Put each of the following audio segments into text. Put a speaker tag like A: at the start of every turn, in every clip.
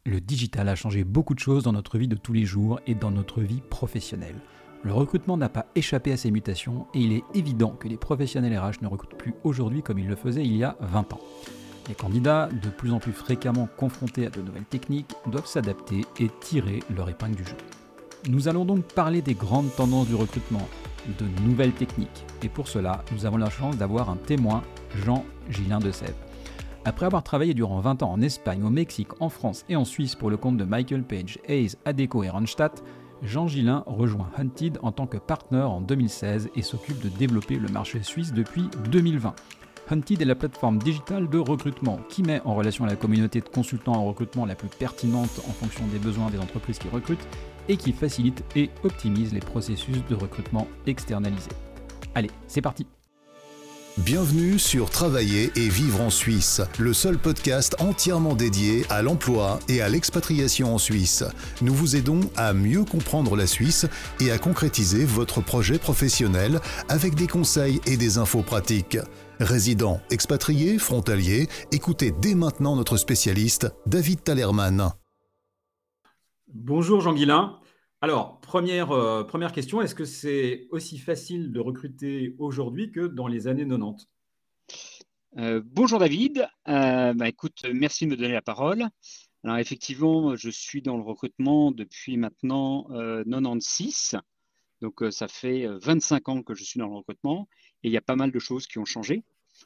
A: Le digital a changé beaucoup de choses dans notre vie de tous les jours et dans notre vie professionnelle. Le recrutement n'a pas échappé à ces mutations et il est évident que les professionnels RH ne recrutent plus aujourd'hui comme ils le faisaient il y a 20 ans. Les candidats, de plus en plus fréquemment confrontés à de nouvelles techniques, doivent s'adapter et tirer leur épingle du jeu. Nous allons donc parler des grandes tendances du recrutement, de nouvelles techniques. Et pour cela, nous avons la chance d'avoir un témoin, Jean Gillin de Sèvres. Après avoir travaillé durant 20 ans en Espagne, au Mexique, en France et en Suisse pour le compte de Michael Page, Hayes, Adecco et Randstad, Jean Gillin rejoint Hunted en tant que partner en 2016 et s'occupe de développer le marché suisse depuis 2020. Hunted est la plateforme digitale de recrutement qui met en relation la communauté de consultants en recrutement la plus pertinente en fonction des besoins des entreprises qui recrutent et qui facilite et optimise les processus de recrutement externalisés. Allez, c'est parti!
B: Bienvenue sur Travailler et vivre en Suisse, le seul podcast entièrement dédié à l'emploi et à l'expatriation en Suisse. Nous vous aidons à mieux comprendre la Suisse et à concrétiser votre projet professionnel avec des conseils et des infos pratiques. Résidents, expatriés, frontaliers, écoutez dès maintenant notre spécialiste, David Talerman.
A: Bonjour Jean Gillin. Alors, première question, est-ce que c'est aussi facile de recruter aujourd'hui que dans les années 90 ?
C: Bonjour David. Écoute, merci de me donner la parole. Alors effectivement, je suis dans le recrutement depuis maintenant 96. Donc ça fait 25 ans que je suis dans le recrutement et il y a pas mal de choses qui ont changé.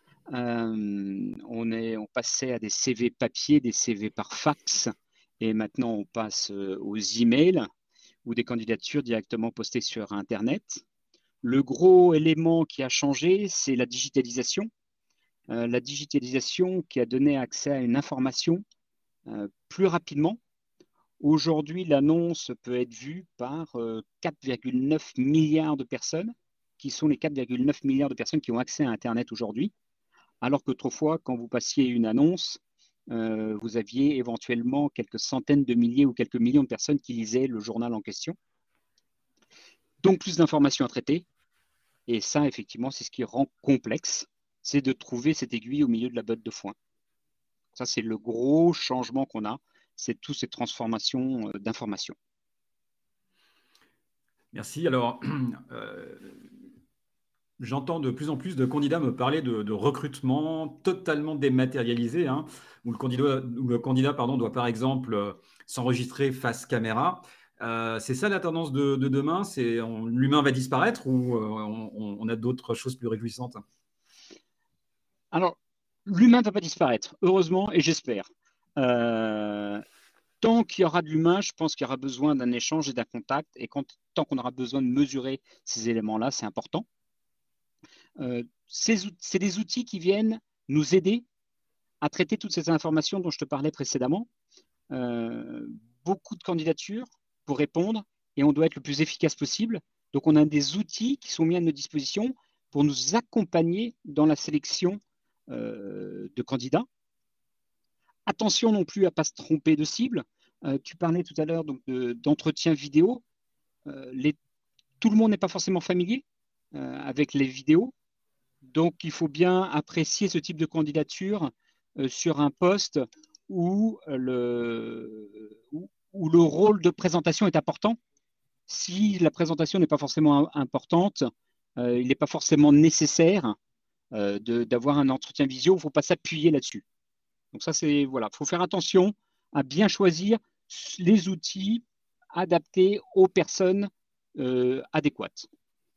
C: On passait à des CV papier, des CV par fax et maintenant on passe aux emails ou des candidatures directement postées sur Internet. Le gros élément qui a changé, c'est la digitalisation. La digitalisation qui a donné accès à une information plus rapidement. Aujourd'hui, l'annonce peut être vue par 4,9 milliards de personnes, qui sont les 4,9 milliards de personnes qui ont accès à Internet aujourd'hui, alors qu'autrefois, quand vous passiez une annonce, vous aviez éventuellement quelques centaines de milliers ou quelques millions de personnes qui lisaient le journal en question. Donc, plus d'informations à traiter. Et ça, effectivement, c'est ce qui rend complexe, c'est de trouver cette aiguille au milieu de la botte de foin. Ça, c'est le gros changement qu'on a, c'est toutes ces transformations d'informations.
A: Merci. Alors, j'entends de plus en plus de candidats me parler de recrutement totalement dématérialisé, où le candidat doit par exemple s'enregistrer face caméra. C'est ça la tendance de demain? L'humain va disparaître ou on a d'autres choses plus réjouissantes?
C: Alors, l'humain ne va pas disparaître, heureusement, et j'espère. Tant qu'il y aura de l'humain, je pense qu'il y aura besoin d'un échange et d'un contact. Et tant qu'on aura besoin de mesurer ces éléments-là, c'est important. C'est des outils qui viennent nous aider à traiter toutes ces informations dont je te parlais précédemment. Beaucoup de candidatures pour répondre et on doit être le plus efficace possible. Donc, on a des outils qui sont mis à notre disposition pour nous accompagner dans la sélection de candidats. Attention non plus à ne pas se tromper de cible. Tu parlais tout à l'heure d'entretien vidéo. Tout le monde n'est pas forcément familier avec les vidéos. Donc, il faut bien apprécier ce type de candidature sur un poste où le rôle de présentation est important. Si la présentation n'est pas forcément importante, il n'est pas forcément nécessaire d'avoir un entretien visio. Il ne faut pas s'appuyer là-dessus. Donc ça, il faut faire attention à bien choisir les outils adaptés aux personnes adéquates.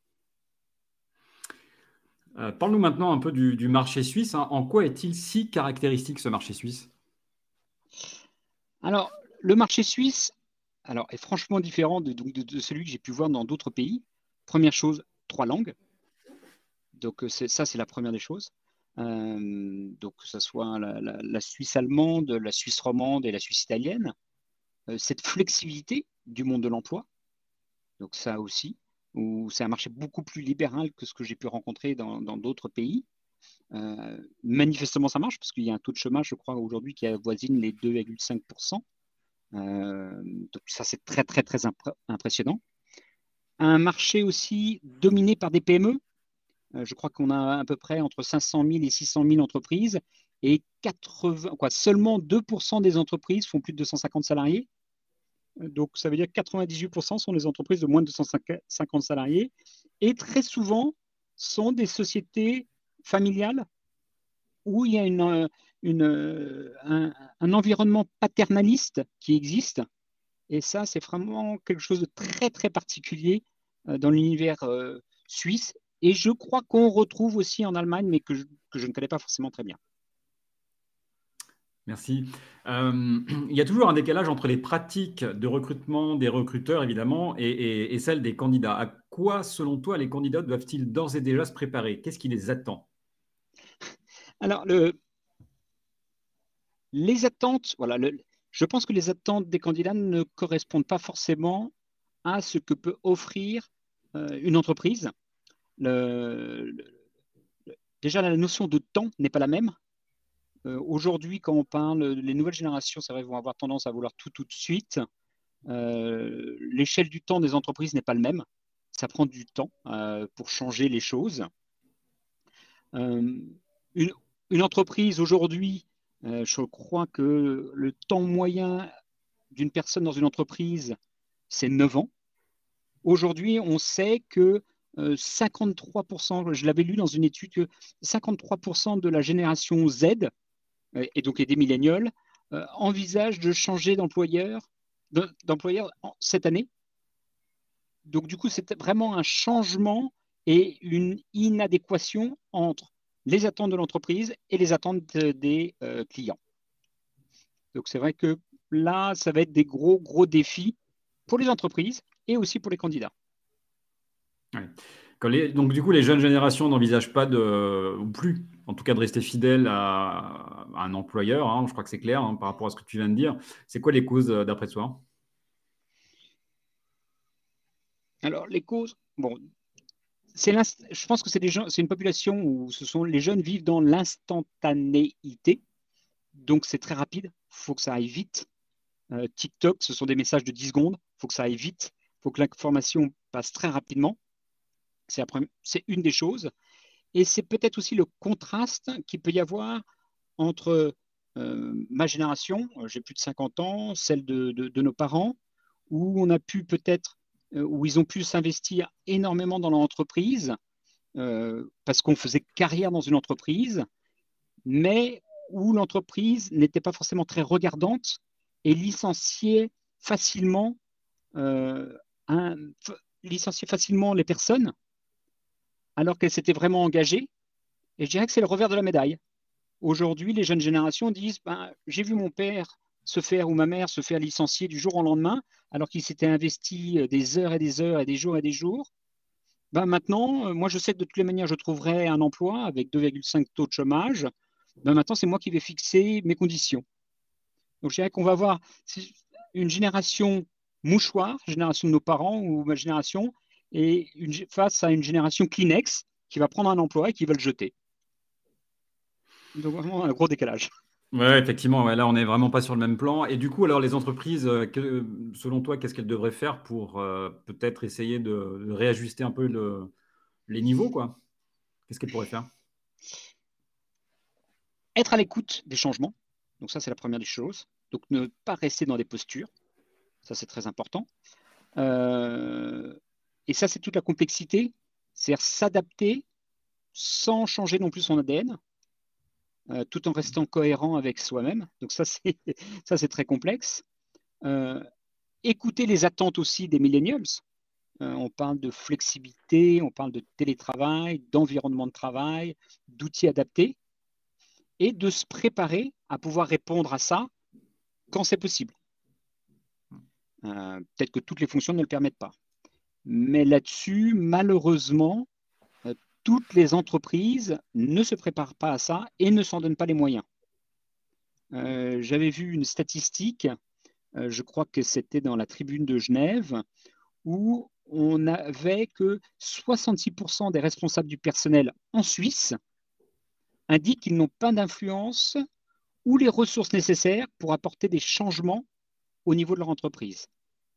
A: Parle-nous maintenant un peu du marché suisse. En quoi est-il si caractéristique ce marché suisse?
C: Alors, le marché suisse est franchement différent de celui que j'ai pu voir dans d'autres pays. Première chose, 3 langues. Donc c'est la première des choses. Donc que ce soit la Suisse allemande, la Suisse romande et la Suisse italienne. Cette flexibilité du monde de l'emploi. Donc ça aussi, où c'est un marché beaucoup plus libéral que ce que j'ai pu rencontrer dans d'autres pays. Manifestement, ça marche parce qu'il y a un taux de chômage, je crois, aujourd'hui qui avoisine les 2,5%. Donc ça, c'est très, très, très impressionnant. Un marché aussi dominé par des PME. Je crois qu'on a à peu près entre 500 000 et 600 000 entreprises et seulement 2% des entreprises font plus de 250 salariés. Donc, ça veut dire que 98% sont des entreprises de moins de 250 salariés et très souvent sont des sociétés familiales où il y a un environnement paternaliste qui existe. Et ça, c'est vraiment quelque chose de très, très particulier dans l'univers suisse. Et je crois qu'on retrouve aussi en Allemagne, mais que je ne connais pas forcément très bien.
A: Merci. Il y a toujours un décalage entre les pratiques de recrutement des recruteurs, évidemment, et celles des candidats. À quoi, selon toi, les candidats doivent-ils d'ores et déjà se préparer? Qu'est-ce qui les attend?
C: Alors, les attentes, voilà, je pense que les attentes des candidats ne correspondent pas forcément à ce que peut offrir une entreprise. Déjà, la notion de temps n'est pas la même. Aujourd'hui, quand on parle, les nouvelles générations, c'est vrai, vont avoir tendance à vouloir tout de suite. L'échelle du temps des entreprises n'est pas le même. Ça prend du temps pour changer les choses. Une entreprise aujourd'hui, je crois que le temps moyen d'une personne dans une entreprise, c'est 9 ans. Aujourd'hui, on sait que 53%, je l'avais lu dans une étude, que 53% de la génération Z, et donc des millénials, envisagent de changer d'employeur cette année. Donc, du coup, c'est vraiment un changement et une inadéquation entre les attentes de l'entreprise et les attentes des clients. Donc, c'est vrai que là, ça va être des gros défis pour les entreprises et aussi pour les candidats.
A: Ouais. Donc, du coup, les jeunes générations n'envisagent pas ou plus, en tout cas, de rester fidèles à un employeur. Hein, je crois que c'est clair par rapport à ce que tu viens de dire. C'est quoi les causes, d'après toi?
C: Alors, les causes, bon, je pense que c'est une population où les jeunes vivent dans l'instantanéité. Donc, c'est très rapide. Il faut que ça aille vite. TikTok, ce sont des messages de 10 secondes. Il faut que ça aille vite. Il faut que l'information passe très rapidement. C'est une des choses. Et c'est peut-être aussi le contraste qu'il peut y avoir entre ma génération, j'ai plus de 50 ans, celle de nos parents, où on a pu peut-être, où ils ont pu s'investir énormément dans leur entreprise, parce qu'on faisait carrière dans une entreprise, mais où l'entreprise n'était pas forcément très regardante et euh, licenciait facilement les personnes, alors qu'elles s'étaient vraiment engagées. Et je dirais que c'est le revers de la médaille. Aujourd'hui, les jeunes générations disent j'ai vu mon père se faire ou ma mère se faire licencier du jour au lendemain, alors qu'il s'était investi des heures et des heures et des jours et des jours. Maintenant, moi, je sais que de toutes les manières, je trouverai un emploi avec 2,5 taux de chômage. Maintenant, c'est moi qui vais fixer mes conditions. Donc, je dirais qu'on va avoir une génération mouchoir, génération de nos parents ou ma génération, et face à une génération Kleenex qui va prendre un emploi et qui va le jeter. Donc, vraiment un gros décalage.
A: Ouais, effectivement, ouais, là, on n'est vraiment pas sur le même plan. Et du coup, alors, les entreprises, selon toi, qu'est-ce qu'elles devraient faire pour peut-être essayer de réajuster un peu les niveaux, quoi? Qu'est-ce qu'elles pourraient faire?
C: Être à l'écoute des changements. Donc ça, c'est la première des choses. Donc ne pas rester dans des postures. Ça, c'est très important. Et ça, c'est toute la complexité. C'est-à-dire s'adapter sans changer non plus son ADN, tout en restant cohérent avec soi-même. Donc ça, c'est très complexe. Écouter les attentes aussi des millennials. On parle de flexibilité, on parle de télétravail, d'environnement de travail, d'outils adaptés, et de se préparer à pouvoir répondre à ça quand c'est possible. Peut-être que toutes les fonctions ne le permettent pas. Mais là-dessus, malheureusement, toutes les entreprises ne se préparent pas à ça et ne s'en donnent pas les moyens. J'avais vu une statistique, je crois que c'était dans la Tribune de Genève, où on n'avait que 66% des responsables du personnel en Suisse indiquent qu'ils n'ont pas d'influence ou les ressources nécessaires pour apporter des changements au niveau de leur entreprise.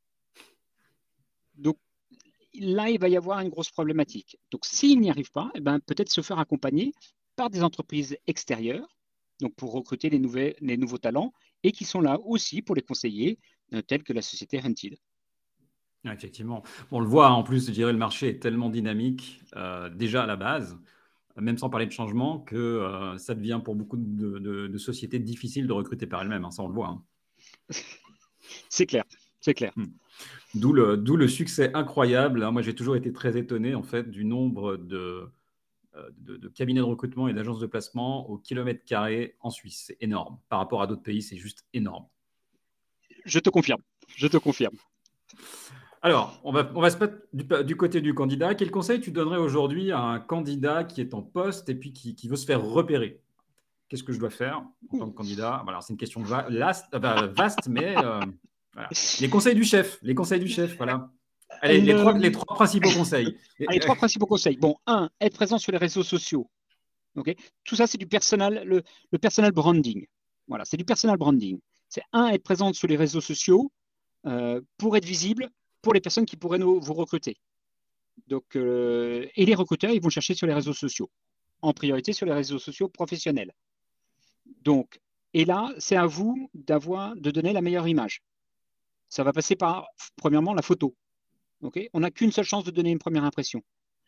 C: Donc là, il va y avoir une grosse problématique. Donc s'ils n'y arrivent pas, peut-être se faire accompagner par des entreprises extérieures donc pour recruter les nouveaux talents, et qui sont là aussi pour les conseiller, tels que la société Rented.
A: Effectivement. On le voit, en plus, je dirais, le marché est tellement dynamique, déjà à la base, même sans parler de changement, que ça devient pour beaucoup de sociétés difficile de recruter par elles-mêmes. Hein, ça, on le voit. Hein.
C: C'est clair, c'est clair.
A: D'où le succès incroyable. Moi, j'ai toujours été très étonné, en fait, du nombre de cabinets de recrutement et d'agences de placement au kilomètre carré en Suisse. C'est énorme. Par rapport à d'autres pays, c'est juste énorme.
C: Je te confirme.
A: Alors, on va se mettre du côté du candidat. Quel conseil tu donnerais aujourd'hui à un candidat qui est en poste et puis qui veut se faire repérer? Qu'est-ce que je dois faire en tant que candidat? Voilà, c'est une question vaste, mais voilà. Les conseils du chef, voilà. Allez, les trois principaux conseils.
C: Les trois principaux conseils. Bon, être présent sur les réseaux sociaux. Okay, tout ça, c'est du le personal branding. Voilà, c'est du personal branding. C'est être présent sur les réseaux sociaux pour être visible pour les personnes qui pourraient vous recruter. Donc, et les recruteurs, ils vont chercher sur les réseaux sociaux, en priorité sur les réseaux sociaux professionnels. Donc, et là, c'est à vous de donner la meilleure image. Ça va passer par, premièrement, la photo. Okay, on n'a qu'une seule chance de donner une première impression.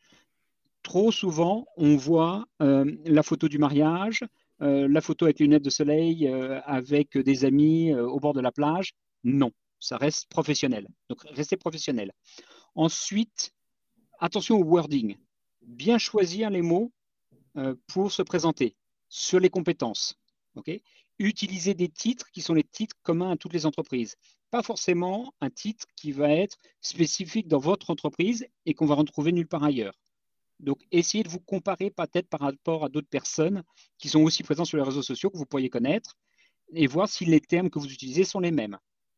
C: Trop souvent, on voit la photo du mariage, la photo avec les lunettes de soleil, avec des amis au bord de la plage. Non, ça reste professionnel. Donc, restez professionnel. Ensuite, attention au wording. Bien choisir les mots pour se présenter sur les compétences. Okay, utilisez des titres qui sont les titres communs à toutes les entreprises. Pas forcément un titre qui va être spécifique dans votre entreprise et qu'on va retrouver nulle part ailleurs. Donc, essayez de vous comparer peut-être par rapport à d'autres personnes qui sont aussi présentes sur les réseaux sociaux que vous pourriez connaître et voir si les termes que vous utilisez sont les mêmes.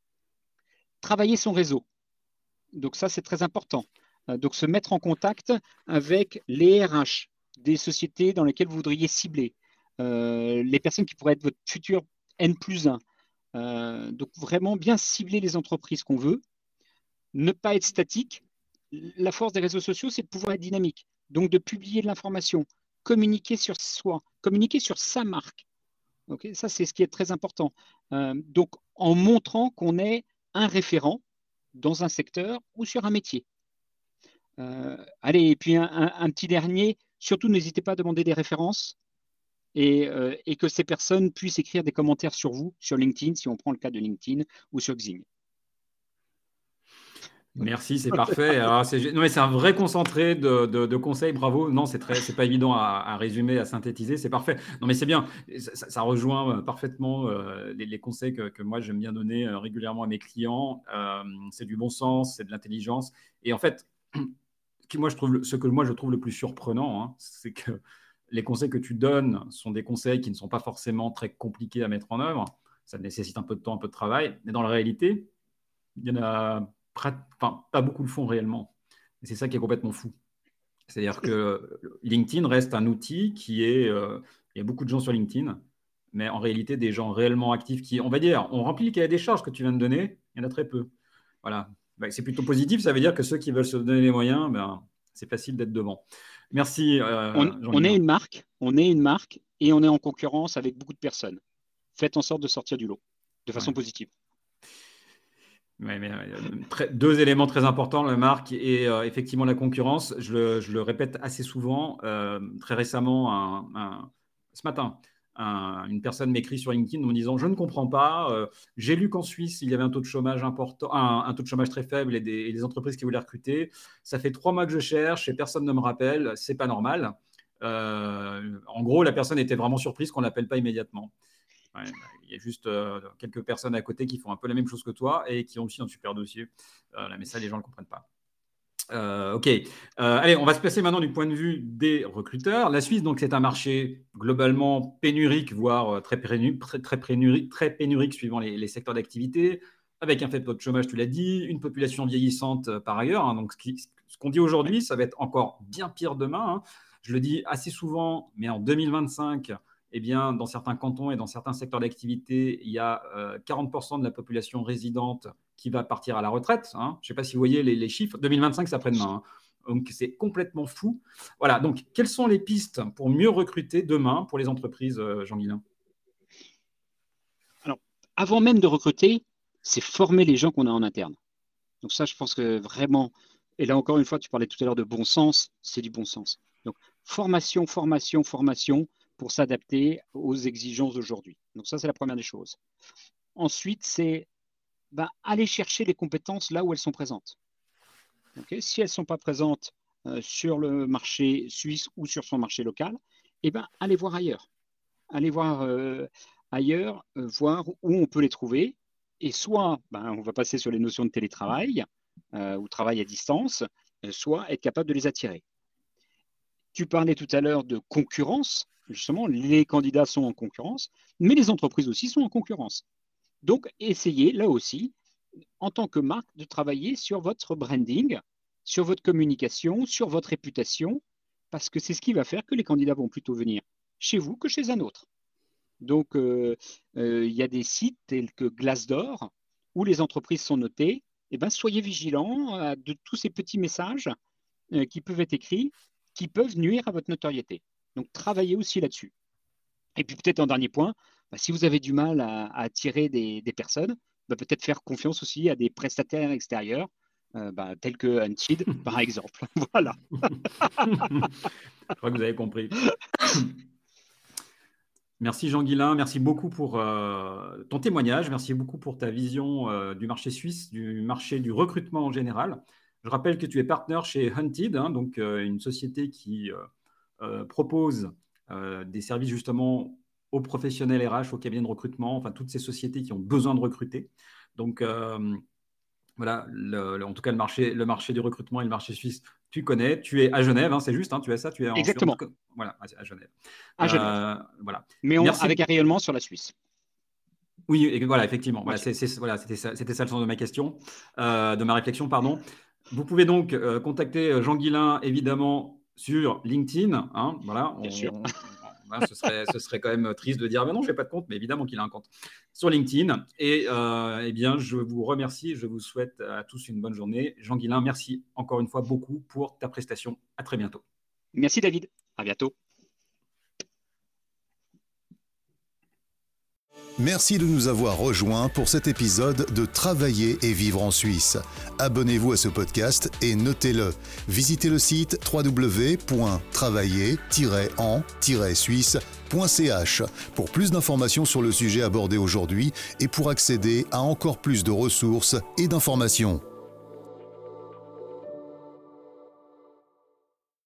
C: Travailler son réseau. Donc, ça, c'est très important. Donc, se mettre en contact avec les RH des sociétés dans lesquelles vous voudriez cibler, les personnes qui pourraient être votre futur N+1. Donc, vraiment bien cibler les entreprises qu'on veut. Ne pas être statique. La force des réseaux sociaux, c'est de pouvoir être dynamique. Donc, de publier de l'information, communiquer sur soi, communiquer sur sa marque. Okay, ça, c'est ce qui est très important. Donc, en montrant qu'on est un référent dans un secteur ou sur un métier. Allez, et puis un petit dernier, surtout n'hésitez pas à demander des références et que ces personnes puissent écrire des commentaires sur vous, sur LinkedIn, si on prend le cas de LinkedIn ou sur Xing.
A: Merci, c'est parfait. Alors, non, mais c'est un vrai concentré de conseils, bravo. Non, c'est pas évident à résumer, à synthétiser, c'est parfait. Non, mais c'est bien, ça rejoint parfaitement les conseils que moi j'aime bien donner régulièrement à mes clients. C'est du bon sens, c'est de l'intelligence. Et en fait, ce que moi je trouve le plus surprenant, hein, c'est que les conseils que tu donnes sont des conseils qui ne sont pas forcément très compliqués à mettre en œuvre. Ça nécessite un peu de temps, un peu de travail. Mais dans la réalité, il y en a pas beaucoup le font réellement. Et c'est ça qui est complètement fou. C'est-à-dire que LinkedIn reste un outil il y a beaucoup de gens sur LinkedIn, mais en réalité, des gens réellement actifs qui, on va dire, ont rempli le cahier des charges que tu viens de donner, il y en a très peu. Voilà. C'est plutôt positif, ça veut dire que ceux qui veulent se donner les moyens, c'est facile d'être devant. Merci.
C: On est une marque et on est en concurrence avec beaucoup de personnes. Faites en sorte de sortir du lot de façon positive.
A: Ouais, mais, deux éléments très importants, la marque et effectivement la concurrence. Je le répète assez souvent. Très récemment, ce matin, une personne m'écrit sur LinkedIn en me disant « Je ne comprends pas. J'ai lu qu'en Suisse, il y avait un taux de chômage important, un taux de chômage très faible et des entreprises qui voulaient recruter. Ça fait 3 mois que je cherche et personne ne me rappelle. C'est pas normal. » En gros, la personne était vraiment surprise qu'on ne l'appelle pas immédiatement. Ouais, il y a juste quelques personnes à côté qui font un peu la même chose que toi et qui ont aussi un super dossier. Mais ça, les gens ne le comprennent pas. OK. Allez, on va se placer maintenant du point de vue des recruteurs. La Suisse, donc, c'est un marché globalement pénurique, voire très pénurique suivant les secteurs d'activité, avec un faible taux de chômage, tu l'as dit, une population vieillissante par ailleurs. Hein, donc, ce qu'on dit aujourd'hui, ça va être encore bien pire demain. Hein. Je le dis assez souvent, mais en 2025, eh bien, dans certains cantons et dans certains secteurs d'activité, il y a 40% de la population résidente qui va partir à la retraite. Hein. Je ne sais pas si vous voyez les chiffres. 2025, c'est après-demain. Hein. Donc, c'est complètement fou. Voilà. Donc, quelles sont les pistes pour mieux recruter demain pour les entreprises, Jean Guillain?
C: avant même de recruter, c'est former les gens qu'on a en interne. Donc ça, je pense que vraiment, et là encore une fois, tu parlais tout à l'heure de bon sens, c'est du bon sens. Donc formation, formation, formation pour s'adapter aux exigences d'aujourd'hui. Donc ça, c'est la première des choses. Ensuite, c'est aller chercher les compétences là où elles sont présentes. Okay, si elles ne sont pas présentes sur le marché suisse ou sur son marché local, allez voir ailleurs. Allez voir ailleurs, voir où on peut les trouver. Et soit on va passer sur les notions de télétravail ou travail à distance, soit être capable de les attirer. Tu parlais tout à l'heure de concurrence. Justement, les candidats sont en concurrence, mais les entreprises aussi sont en concurrence. Donc, essayez là aussi, en tant que marque, de travailler sur votre branding, sur votre communication, sur votre réputation, parce que c'est ce qui va faire que les candidats vont plutôt venir chez vous que chez un autre. Donc, y a des sites tels que Glassdoor où les entreprises sont notées. Soyez vigilants de tous ces petits messages qui peuvent être écrits, qui peuvent nuire à votre notoriété. Donc, travaillez aussi là-dessus. Et puis, peut-être en dernier point, si vous avez du mal à attirer des personnes, peut-être faire confiance aussi à des prestataires extérieurs, tels que Hunted, par exemple. Voilà.
A: Je crois que vous avez compris. Merci Jean-Guilain, merci beaucoup pour ton témoignage, merci beaucoup pour ta vision du marché suisse, du marché du recrutement en général. Je rappelle que tu es partenaire chez Hunted, donc une société qui propose des services justement aux professionnels RH, aux cabinets de recrutement, enfin toutes ces sociétés qui ont besoin de recruter. Donc voilà, en tout cas le marché du recrutement et le marché suisse, tu connais. Tu es à Genève, c'est juste, tu es ça, tu es
C: Exactement.
A: Voilà, à Genève.
C: À Genève.
A: Voilà.
C: Mais avec un rayonnement sur la Suisse.
A: Oui, voilà, effectivement. Voilà, c'était ça le sens de ma question, de ma réflexion, pardon. Vous pouvez donc contacter Jean-Guilain, évidemment, sur LinkedIn. Voilà,
C: bien sûr.
A: Ce serait quand même triste de dire non, je n'ai pas de compte, mais évidemment qu'il a un compte sur LinkedIn. Et je vous remercie, je vous souhaite à tous une bonne journée. Jean-Guilain, merci encore une fois beaucoup pour ta prestation. À très bientôt.
C: Merci David, à bientôt.
B: Merci de nous avoir rejoints pour cet épisode de Travailler et vivre en Suisse. Abonnez-vous à ce podcast et notez-le. Visitez le site www.travailler-en-suisse.ch pour plus d'informations sur le sujet abordé aujourd'hui et pour accéder à encore plus de ressources et d'informations.